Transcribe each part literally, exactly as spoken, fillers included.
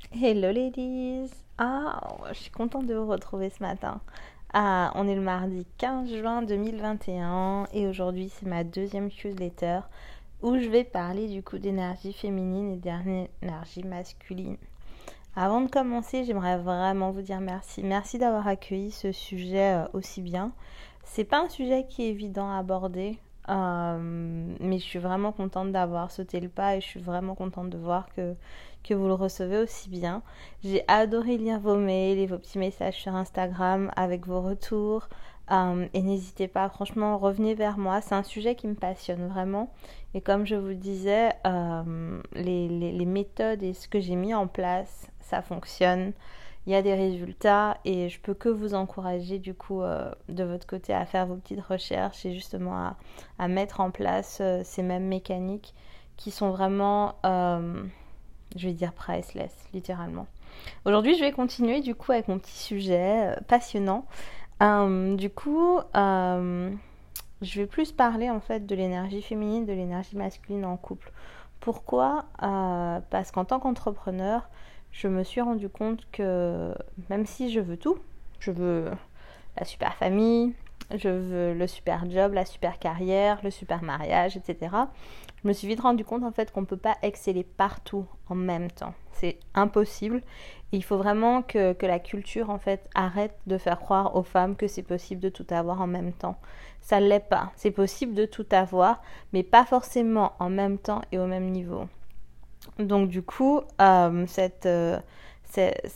Hello ladies! Ah, je suis contente de vous retrouver ce matin. Ah, on est le mardi quinze juin deux mille vingt et un et aujourd'hui c'est ma deuxième newsletter où je vais parler du coup d'énergie féminine et d'énergie masculine. Avant de commencer, j'aimerais vraiment vous dire merci. Merci d'avoir accueilli ce sujet euh, aussi bien. C'est pas un sujet qui est évident à aborder, euh, mais je suis vraiment contente d'avoir sauté le pas et je suis vraiment contente de voir que, que vous le recevez aussi bien. J'ai adoré lire vos mails et vos petits messages sur Instagram avec vos retours. Euh, et n'hésitez pas, franchement, revenez vers moi. C'est un sujet qui me passionne vraiment. Et comme je vous le disais, euh, les, les, les méthodes et ce que j'ai mis en place, ça fonctionne. Il y a des résultats et je peux que vous encourager du coup euh, de votre côté à faire vos petites recherches et justement à, à mettre en place euh, ces mêmes mécaniques qui sont vraiment, euh, je vais dire priceless, littéralement. Aujourd'hui, je vais continuer du coup avec mon petit sujet euh, passionnant. Euh, du coup, euh, je vais plus parler en fait de l'énergie féminine, de l'énergie masculine en couple. Pourquoi euh, Parce qu'en tant qu'entrepreneur, je me suis rendu compte que même si je veux tout, je veux la super famille, je veux le super job, la super carrière, le super mariage, et cetera. Je me suis vite rendu compte en fait qu'on ne peut pas exceller partout en même temps. C'est impossible. Et il faut vraiment que, que la culture en fait arrête de faire croire aux femmes que c'est possible de tout avoir en même temps. Ça ne l'est pas. C'est possible de tout avoir, mais pas forcément en même temps et au même niveau. Donc du coup, euh, cette, euh, cette,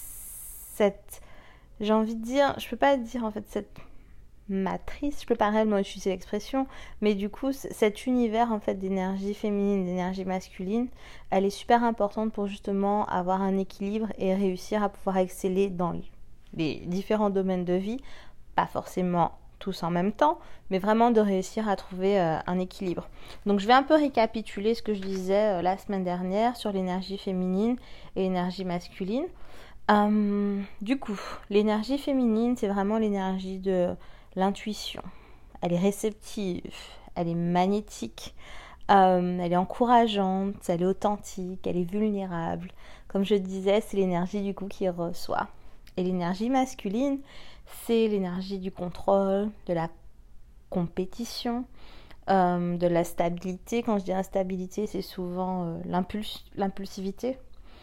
cette, j'ai envie de dire, je peux pas dire en fait cette matrice, je peux pas réellement utiliser l'expression, mais du coup cet univers en fait d'énergie féminine, d'énergie masculine, elle est super importante pour justement avoir un équilibre et réussir à pouvoir exceller dans les différents domaines de vie, pas forcément tous en même temps, mais vraiment de réussir à trouver euh, un équilibre. Donc je vais un peu récapituler ce que je disais euh, la semaine dernière sur l'énergie féminine et l'énergie masculine. Euh, du coup, l'énergie féminine, c'est vraiment l'énergie de l'intuition. Elle est réceptive, elle est magnétique, euh, elle est encourageante, elle est authentique, elle est vulnérable. Comme je disais, c'est l'énergie du coup qui reçoit. Et l'énergie masculine, c'est l'énergie du contrôle, de la compétition, euh, de la stabilité. Quand je dis instabilité, c'est souvent euh, l'impuls- l'impulsivité.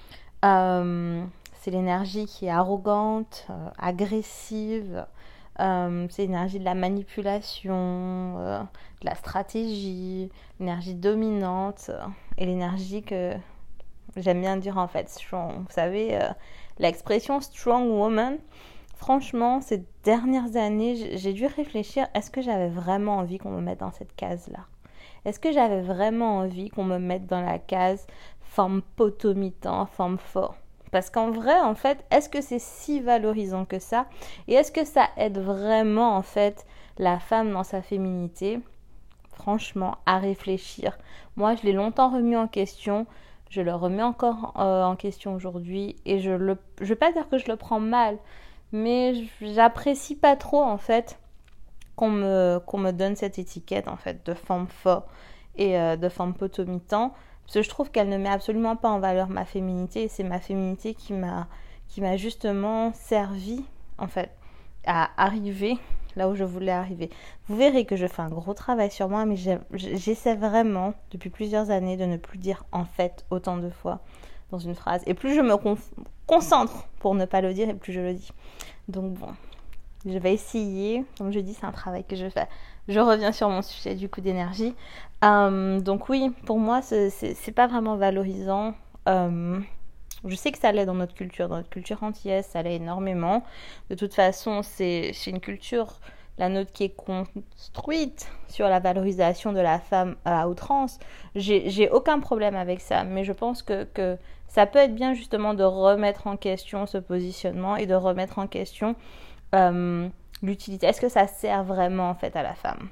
Euh, c'est l'énergie qui est arrogante, euh, agressive. Euh, c'est l'énergie de la manipulation, euh, de la stratégie, l'énergie dominante et l'énergie que j'aime bien dire en fait strong. Vous savez, euh, l'expression strong woman, franchement, ces dernières années, j'ai dû réfléchir, est-ce que j'avais vraiment envie qu'on me mette dans cette case-là? Est-ce que j'avais vraiment envie qu'on me mette dans la case femme potomitan, femme fort? Parce qu'en vrai, en fait, est-ce que c'est si valorisant que ça? Et est-ce que ça aide vraiment, en fait, la femme dans sa féminité? Franchement, à réfléchir. Moi, je l'ai longtemps remis en question. Je le remets encore euh, en question aujourd'hui. Et je le, je vais pas dire que je le prends mal, mais j'apprécie pas trop, en fait, qu'on me, qu'on me donne cette étiquette, en fait, de femme fort et euh, de femme potomitan. Parce que je trouve qu'elle ne met absolument pas en valeur ma féminité. Et c'est ma féminité qui m'a, qui m'a justement servi, en fait, à arriver là où je voulais arriver. Vous verrez que je fais un gros travail sur moi, mais j'essaie vraiment, depuis plusieurs années, de ne plus dire « en fait » autant de fois dans une phrase. Et plus je me con- concentre pour ne pas le dire, et plus je le dis. Donc bon, je vais essayer. Comme je dis, c'est un travail que je fais. Je reviens sur mon sujet du coup d'énergie. Euh, donc oui, pour moi, c'est, c'est, c'est pas vraiment valorisant. Euh, je sais que ça l'est dans notre culture. Dans notre culture antillaise, ça l'est énormément. De toute façon, c'est, c'est une culture, la nôtre, qui est construite sur la valorisation de la femme à outrance. J'ai, j'ai aucun problème avec ça, mais je pense que, que ça peut être bien justement de remettre en question ce positionnement et de remettre en question euh, l'utilité. Est-ce que ça sert vraiment en fait à la femme?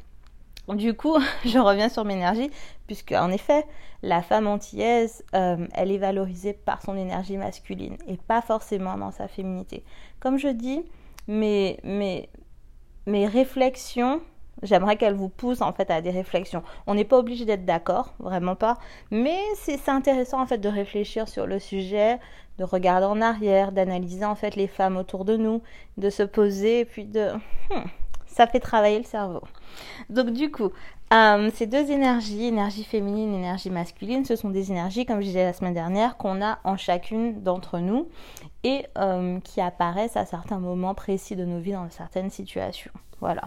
Du coup, je reviens sur mon énergie, puisque en effet, la femme antillaise, euh, elle est valorisée par son énergie masculine et pas forcément dans sa féminité. Comme je dis, mes, mes, mes réflexions J'aimerais qu'elle vous pousse en fait à des réflexions. On n'est pas obligé d'être d'accord, vraiment pas. Mais c'est, c'est intéressant en fait de réfléchir sur le sujet, de regarder en arrière, d'analyser en fait les femmes autour de nous, de se poser et puis de... Hmm, ça fait travailler le cerveau. Donc du coup, euh, ces deux énergies, énergie féminine, énergie masculine, ce sont des énergies, comme je disais la semaine dernière, qu'on a en chacune d'entre nous et euh, qui apparaissent à certains moments précis de nos vies dans certaines situations. Voilà.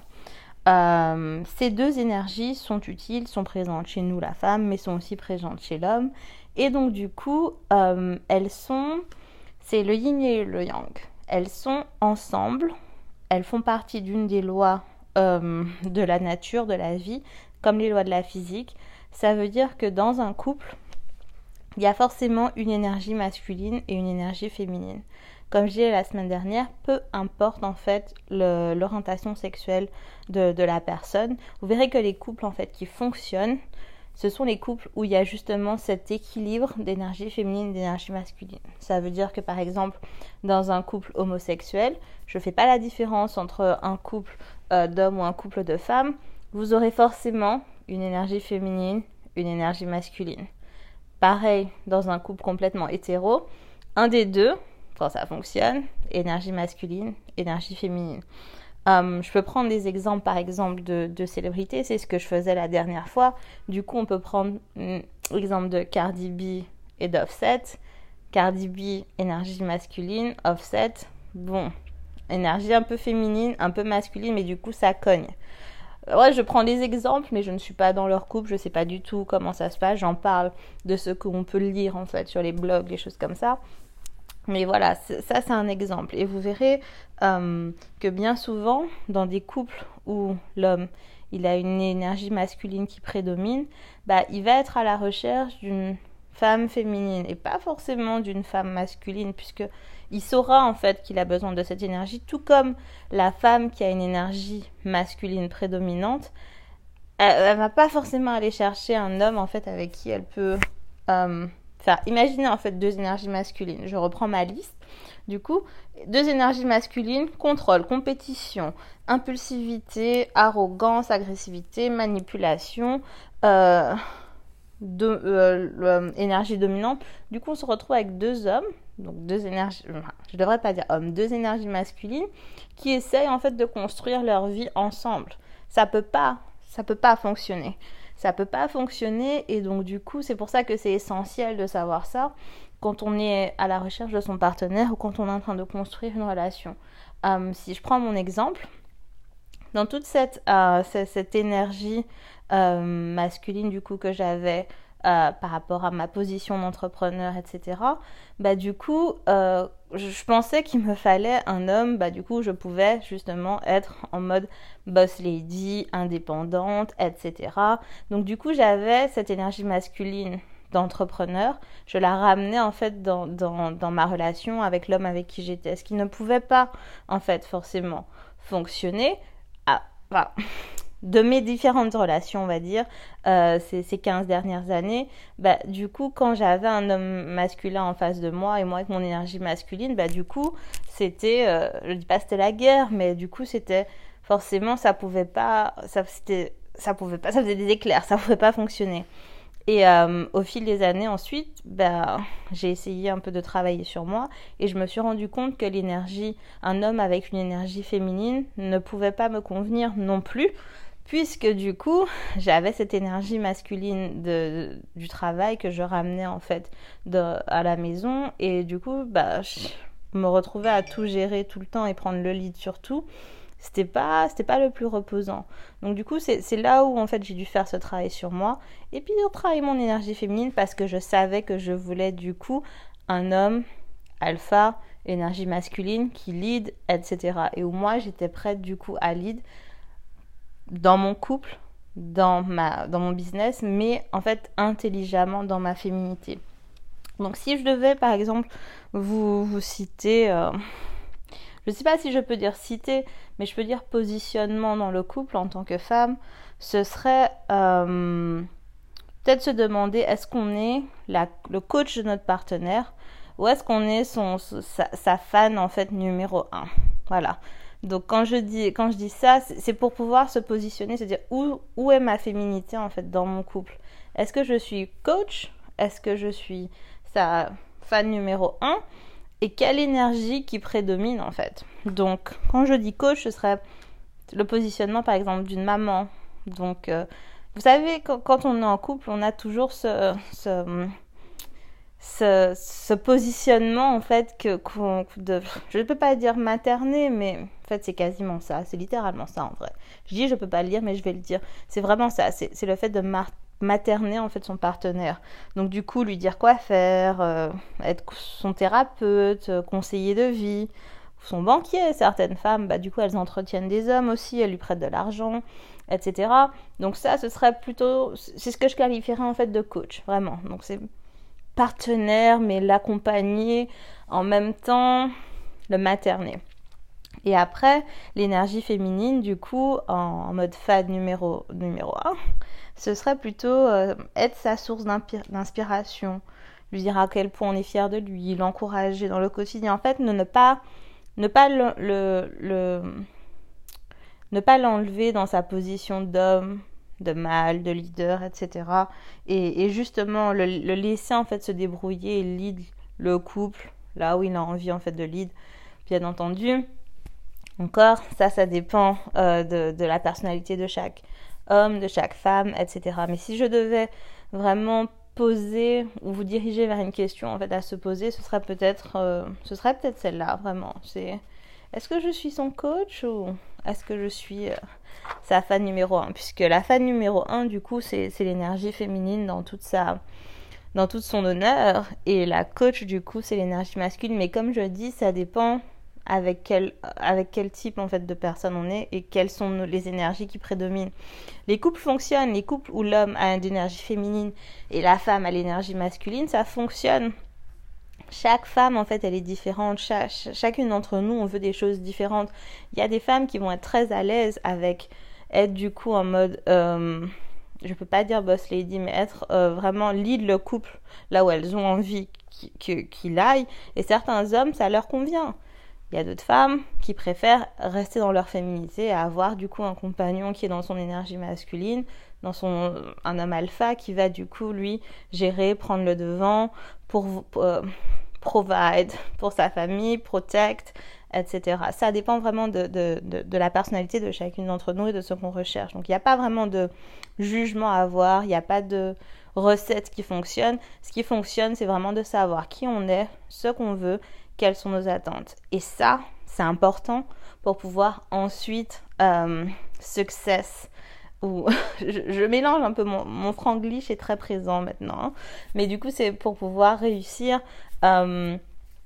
Euh, ces deux énergies sont utiles, sont présentes chez nous la femme, mais sont aussi présentes chez l'homme. Et donc du coup, euh, elles sont, c'est le yin et le yang. Elles sont ensemble, elles font partie d'une des lois euh, de la nature, de la vie, comme les lois de la physique. Ça veut dire que dans un couple, il y a forcément une énergie masculine et une énergie féminine. Comme je disais la semaine dernière, peu importe en fait le, l'orientation sexuelle de, de la personne, vous verrez que les couples en fait qui fonctionnent, ce sont les couples où il y a justement cet équilibre d'énergie féminine et d'énergie masculine. Ça veut dire que par exemple, dans un couple homosexuel, je ne fais pas la différence entre un couple euh, d'hommes ou un couple de femmes, vous aurez forcément une énergie féminine, une énergie masculine. Pareil, dans un couple complètement hétéro, un des deux, quand ça fonctionne, énergie masculine, énergie féminine. Um, je peux prendre des exemples, par exemple, de, de célébrités, c'est ce que je faisais la dernière fois. Du coup, on peut prendre l'exemple de Cardi B et d'Offset. Cardi B, énergie masculine, Offset, bon, énergie un peu féminine, un peu masculine, mais du coup, ça cogne. Ouais, je prends des exemples, mais je ne suis pas dans leur couple, je ne sais pas du tout comment ça se passe. J'en parle de ce qu'on peut lire, en fait, sur les blogs, les choses comme ça. Mais voilà, ça c'est un exemple. Et vous verrez euh, que bien souvent, dans des couples où l'homme il a une énergie masculine qui prédomine, bah, il va être à la recherche d'une femme féminine et pas forcément d'une femme masculine, puisque il saura en fait qu'il a besoin de cette énergie, tout comme la femme qui a une énergie masculine prédominante, elle, elle va pas forcément aller chercher un homme en fait avec qui elle peut... Euh, Enfin, imaginez en fait deux énergies masculines. Je reprends ma liste. Du coup, deux énergies masculines, contrôle, compétition, impulsivité, arrogance, agressivité, manipulation, euh, de, euh, euh, énergie dominante. Du coup, on se retrouve avec deux hommes, donc deux énergies, je devrais pas dire hommes, deux énergies masculines qui essayent en fait de construire leur vie ensemble. Ça peut pas, ça peut pas fonctionner. Ça peut pas fonctionner et donc du coup c'est pour ça que c'est essentiel de savoir ça quand on est à la recherche de son partenaire ou quand on est en train de construire une relation. Euh, si je prends mon exemple, dans toute cette, euh, cette, cette énergie euh, masculine du coup que j'avais euh, par rapport à ma position d'entrepreneur, et cetera, bah du coup euh, je, je pensais qu'il me fallait un homme, bah du coup je pouvais justement être en mode boss lady, indépendante, et cetera. Donc du coup j'avais cette énergie masculine d'entrepreneur, je la ramenais en fait dans, dans, dans ma relation avec l'homme avec qui j'étais, ce qui ne pouvait pas en fait forcément fonctionner. Ah, enfin, de mes différentes relations, on va dire, euh, ces, ces quinze dernières années, bah, du coup, quand j'avais un homme masculin en face de moi et moi avec mon énergie masculine, bah, du coup, c'était, euh, je dis pas c'était la guerre, mais du coup, c'était forcément, ça pouvait pas, ça, c'était, ça pouvait pas, ça faisait des éclairs, ça pouvait pas fonctionner. Et euh, au fil des années ensuite, bah, j'ai essayé un peu de travailler sur moi et je me suis rendu compte que l'énergie, un homme avec une énergie féminine ne pouvait pas me convenir non plus, puisque du coup, j'avais cette énergie masculine de, de, du travail que je ramenais en fait de, à la maison et du coup, bah, je me retrouvais à tout gérer tout le temps et prendre le lead sur tout. C'était pas, c'était pas le plus reposant. Donc du coup, c'est, c'est là où en fait j'ai dû faire ce travail sur moi et puis travailler mon énergie féminine parce que je savais que je voulais du coup un homme alpha, énergie masculine qui lead, et cetera. Et où moi j'étais prête du coup à lead dans mon couple, dans ma, dans mon business, mais en fait intelligemment dans ma féminité. Donc si je devais par exemple vous, vous citer... Euh, Je ne sais pas si je peux dire citer, mais je peux dire positionnement dans le couple en tant que femme. Ce serait euh, peut-être se demander est-ce qu'on est la, le coach de notre partenaire ou est-ce qu'on est son, sa, sa fan en fait numéro un. Voilà. Donc quand je dis, quand je dis ça, c'est pour pouvoir se positionner, se dire où, où est ma féminité en fait dans mon couple. Est-ce que je suis coach? Est-ce que je suis sa fan numéro un? Et quelle énergie qui prédomine en fait? Donc quand je dis coach, ce serait le positionnement par exemple d'une maman. Donc euh, vous savez, quand, quand on est en couple, on a toujours ce... ce Ce, ce positionnement en fait que qu'on, de, je ne peux pas dire materner, mais en fait c'est quasiment ça, c'est littéralement ça en vrai. Je dis je peux pas le dire, mais je vais le dire, c'est vraiment ça, c'est, c'est le fait de mar- materner en fait son partenaire. Donc du coup lui dire quoi faire, euh, être son thérapeute, euh, conseiller de vie, son banquier. Certaines femmes, bah du coup elles entretiennent des hommes aussi, elles lui prêtent de l'argent, et cetera. Donc ça ce serait plutôt, c'est ce que je qualifierais en fait de coach, vraiment. Donc c'est partenaire, mais l'accompagner, en même temps le materner. Et après, l'énergie féminine, du coup, en, en mode fade numéro, numéro un, ce serait plutôt euh, être sa source d'inspiration, lui dire à quel point on est fier de lui, l'encourager dans le quotidien. En fait, ne, ne pas, ne pas le, le, le ne pas l'enlever dans sa position d'homme, de mâle, de leader, et cetera. Et, et justement, le, le laisser en fait se débrouiller et lead le couple là où il a envie en fait de lead. Bien entendu, encore, ça, ça dépend euh, de, de la personnalité de chaque homme, de chaque femme, et cetera. Mais si je devais vraiment poser ou vous diriger vers une question en fait à se poser, ce serait peut-être, euh, ce serait peut-être celle-là vraiment. C'est, est-ce que je suis son coach ou est-ce que je suis euh, sa fan numéro un? Puisque la fan numéro un, du coup, c'est, c'est l'énergie féminine dans toute sa, dans toute son honneur, et la coach, du coup, c'est l'énergie masculine. Mais comme je dis, ça dépend avec quel, avec quel type en fait de personne on est et quelles sont nos, les énergies qui prédominent. Les couples fonctionnent, les couples où l'homme a une énergie féminine et la femme a l'énergie masculine, ça fonctionne. Chaque femme en fait elle est différente, Cha- chacune d'entre nous on veut des choses différentes. Il y a des femmes qui vont être très à l'aise avec être du coup en mode euh, je peux pas dire boss lady, mais être euh, vraiment lead le couple là où elles ont envie qu'il, qu'il aille, et certains hommes ça leur convient. Il y a d'autres femmes qui préfèrent rester dans leur féminité et avoir du coup un compagnon qui est dans son énergie masculine, dans son, un homme alpha qui va du coup lui gérer, prendre le devant pour euh, provide pour sa famille, protect, et cetera. Ça dépend vraiment de, de, de, de la personnalité de chacune d'entre nous et de ce qu'on recherche. Donc il n'y a pas vraiment de jugement à avoir, il n'y a pas de recette qui fonctionne. Ce qui fonctionne, c'est vraiment de savoir qui on est, ce qu'on veut, quelles sont nos attentes. Et ça, c'est important pour pouvoir ensuite euh, success, ou je, je mélange un peu, mon, mon franglish est très présent maintenant, hein. Mais du coup c'est pour pouvoir réussir euh,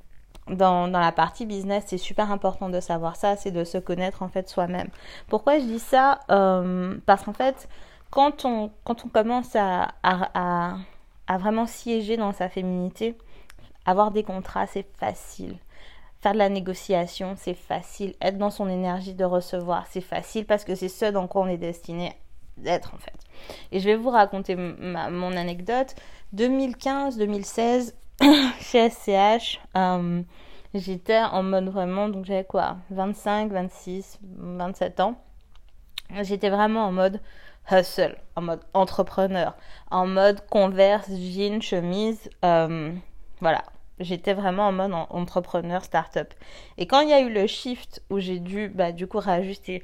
dans, dans la partie business. C'est super important de savoir ça, c'est de se connaître en fait soi-même. Pourquoi je dis ça? euh, Parce qu'en fait quand on, quand on commence à, à, à, à vraiment siéger dans sa féminité, avoir des contrats, c'est facile. Faire de la négociation, c'est facile. Être dans son énergie de recevoir, c'est facile parce que c'est ce dans quoi on est destiné d'être en fait. Et je vais vous raconter ma, mon anecdote. deux mille quinze deux mille seize, chez S C H, euh, j'étais en mode vraiment, donc j'avais quoi, vingt-cinq, vingt-six, vingt-sept ans. J'étais vraiment en mode hustle, en mode entrepreneur, en mode converse, jean, chemise, euh, voilà. J'étais vraiment en mode entrepreneur, start-up. Et quand il y a eu le shift où j'ai dû, bah, du coup, réajuster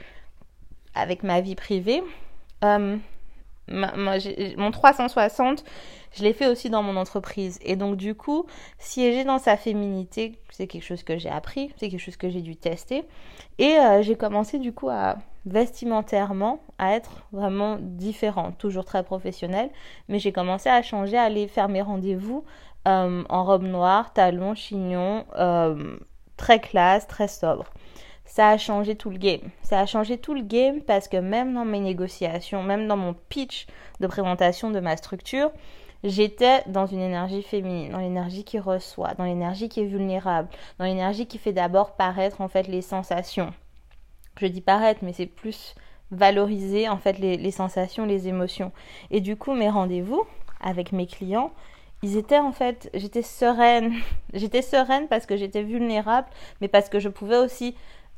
avec ma vie privée, euh, ma, ma, j'ai, mon trois cent soixante, je l'ai fait aussi dans mon entreprise. Et donc, du coup, siéger dans sa féminité, c'est quelque chose que j'ai appris, c'est quelque chose que j'ai dû tester. Et euh, j'ai commencé, du coup, à vestimentairement, à être vraiment différente, toujours très professionnelle. Mais j'ai commencé à changer, à aller faire mes rendez-vous Euh, en robe noire, talons, chignons, euh, très classe, très sobre. Ça a changé tout le game. Ça a changé tout le game parce que même dans mes négociations, même dans mon pitch de présentation de ma structure, j'étais dans une énergie féminine, dans l'énergie qui reçoit, dans l'énergie qui est vulnérable, dans l'énergie qui fait d'abord paraître en fait les sensations. Je dis paraître, mais c'est plus valoriser en fait les, les sensations, les émotions. Et du coup, mes rendez-vous avec mes clients, ils étaient en fait, j'étais sereine, j'étais sereine parce que j'étais vulnérable, mais parce que je pouvais aussi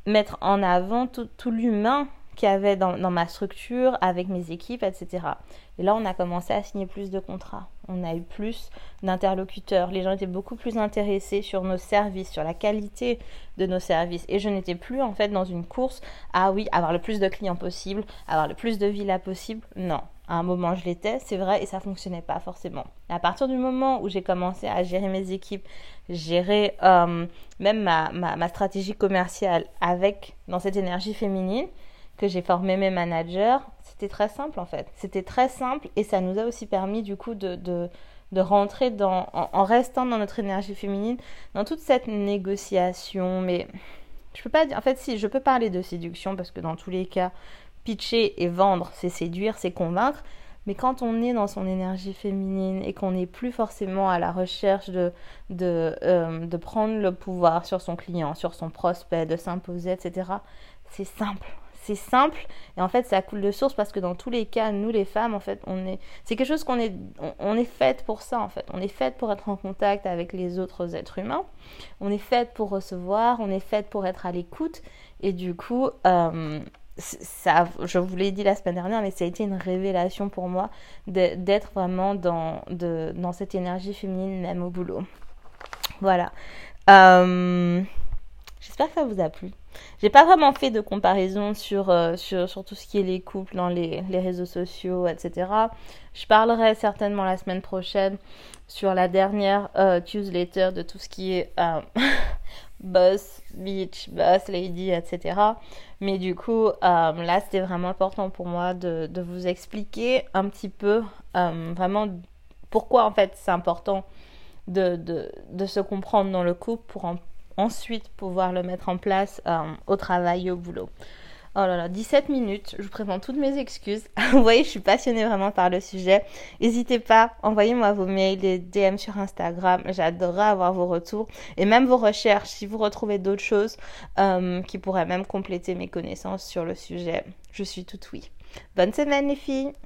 mettre en avant tout, tout l'humain qu'il y avait dans, dans ma structure, avec mes équipes, et cetera. Et là, on a commencé à signer plus de contrats. On a eu plus d'interlocuteurs. Les gens étaient beaucoup plus intéressés sur nos services, sur la qualité de nos services. Et je n'étais plus en fait dans une course à, oui, avoir le plus de clients possible, avoir le plus de villas possible. Non. À un moment, je l'étais, c'est vrai, et ça fonctionnait pas forcément. À partir du moment où j'ai commencé à gérer mes équipes, gérer euh, même ma, ma, ma stratégie commerciale avec, dans cette énergie féminine, que j'ai formé mes managers, c'était très simple en fait. C'était très simple et ça nous a aussi permis du coup de, de, de rentrer dans, en, en restant dans notre énergie féminine, dans toute cette négociation. Mais je peux pas dire, en fait si, je peux parler de séduction parce que dans tous les cas, pitcher et vendre, c'est séduire, c'est convaincre. Mais quand on est dans son énergie féminine et qu'on n'est plus forcément à la recherche de, de, euh, de prendre le pouvoir sur son client, sur son prospect, de s'imposer, et cetera, c'est simple. C'est simple et en fait ça coule de source parce que dans tous les cas, nous les femmes, en fait, on est, c'est quelque chose qu'on est, on, on est faites pour ça en fait. On est faites pour être en contact avec les autres êtres humains. On est faites pour recevoir, on est faites pour être à l'écoute et du coup, euh, ça, je vous l'ai dit la semaine dernière, mais ça a été une révélation pour moi de, d'être vraiment dans, de, dans cette énergie féminine même au boulot. Voilà. Euh, j'espère que ça vous a plu. J'ai pas vraiment fait de comparaison sur, euh, sur, sur tout ce qui est les couples dans les, les réseaux sociaux, et cetera. Je parlerai certainement la semaine prochaine sur la dernière euh, newsletter de tout ce qui est euh, boss, bitch, boss, lady, et cetera. Mais du coup, euh, là, c'était vraiment important pour moi de, de vous expliquer un petit peu euh, vraiment pourquoi en fait c'est important de, de, de se comprendre dans le couple pour en ensuite pouvoir le mettre en place euh, au travail et au boulot. Oh là là, dix-sept minutes, je vous présente toutes mes excuses. Vous voyez, je suis passionnée vraiment par le sujet. N'hésitez pas, envoyez-moi vos mails, les D M sur Instagram. J'adorerais avoir vos retours et même vos recherches si vous retrouvez d'autres choses euh, qui pourraient même compléter mes connaissances sur le sujet. Je suis toute oui. Bonne semaine les filles!